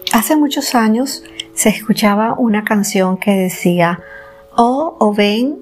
Hace muchos años se escuchaba una canción que decía: ven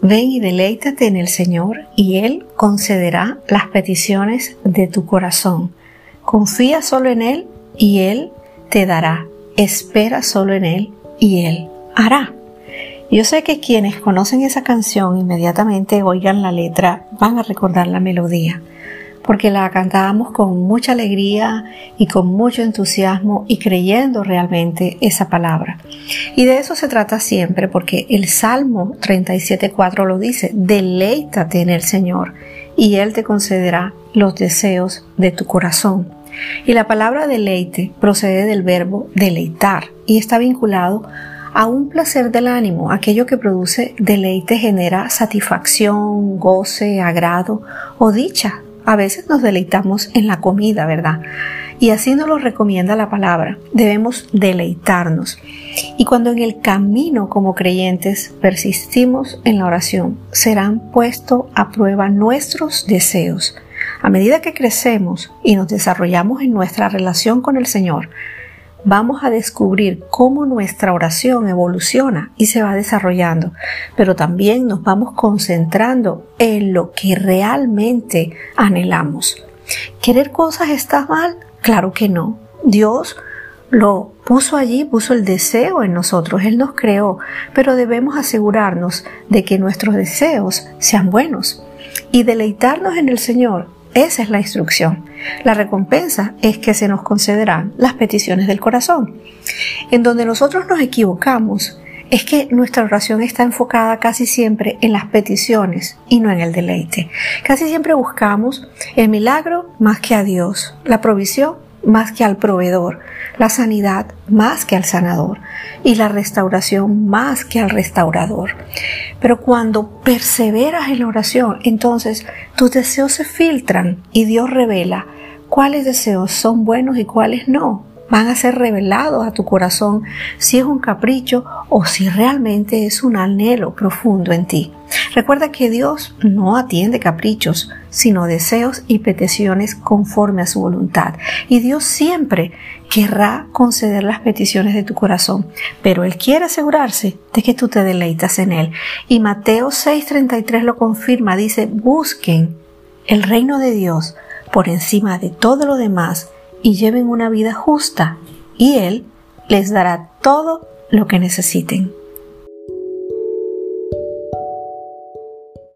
y deleítate en el Señor, y Él concederá las peticiones de tu corazón. Confía solo en Él y Él te dará. Espera solo en Él y Él hará. Yo sé que quienes conocen esa canción inmediatamente oigan la letra van a recordar la melodía, porque la cantábamos con mucha alegría y con mucho entusiasmo y creyendo realmente esa palabra. Y de eso se trata siempre, porque el Salmo 37:4 lo dice: deleítate en el Señor y Él te concederá los deseos de tu corazón. Y la palabra deleite procede del verbo deleitar y está vinculado a un placer del ánimo. Aquello que produce deleite genera satisfacción, goce, agrado o dicha. A veces nos deleitamos en la comida, ¿verdad? Y así nos lo recomienda la palabra. Debemos deleitarnos. Y cuando en el camino como creyentes persistimos en la oración, serán puestos a prueba nuestros deseos. A medida que crecemos y nos desarrollamos en nuestra relación con el Señor, vamos a descubrir cómo nuestra oración evoluciona y se va desarrollando, pero también nos vamos concentrando en lo que realmente anhelamos. ¿Querer cosas está mal? Claro que no. Dios lo puso allí, puso el deseo en nosotros, Él nos creó, pero debemos asegurarnos de que nuestros deseos sean buenos y deleitarnos en el Señor. Esa es la instrucción. La recompensa es que se nos concederán las peticiones del corazón. En donde nosotros nos equivocamos es que nuestra oración está enfocada casi siempre en las peticiones y no en el deleite. Casi siempre buscamos el milagro más que a Dios, la provisión más que al proveedor, la sanidad más que al sanador y la restauración más que al restaurador. Pero cuando perseveras en la oración, entonces tus deseos se filtran y Dios revela cuáles deseos son buenos y cuáles no. Van a ser revelados a tu corazón si es un capricho o si realmente es un anhelo profundo en ti. Recuerda que Dios no atiende caprichos, sino deseos y peticiones conforme a su voluntad. Y Dios siempre querrá conceder las peticiones de tu corazón, pero Él quiere asegurarse de que tú te deleitas en Él. Y Mateo 6:33 lo confirma, dice: busquen el reino de Dios por encima de todo lo demás y lleven una vida justa, y Él les dará todo lo que necesiten.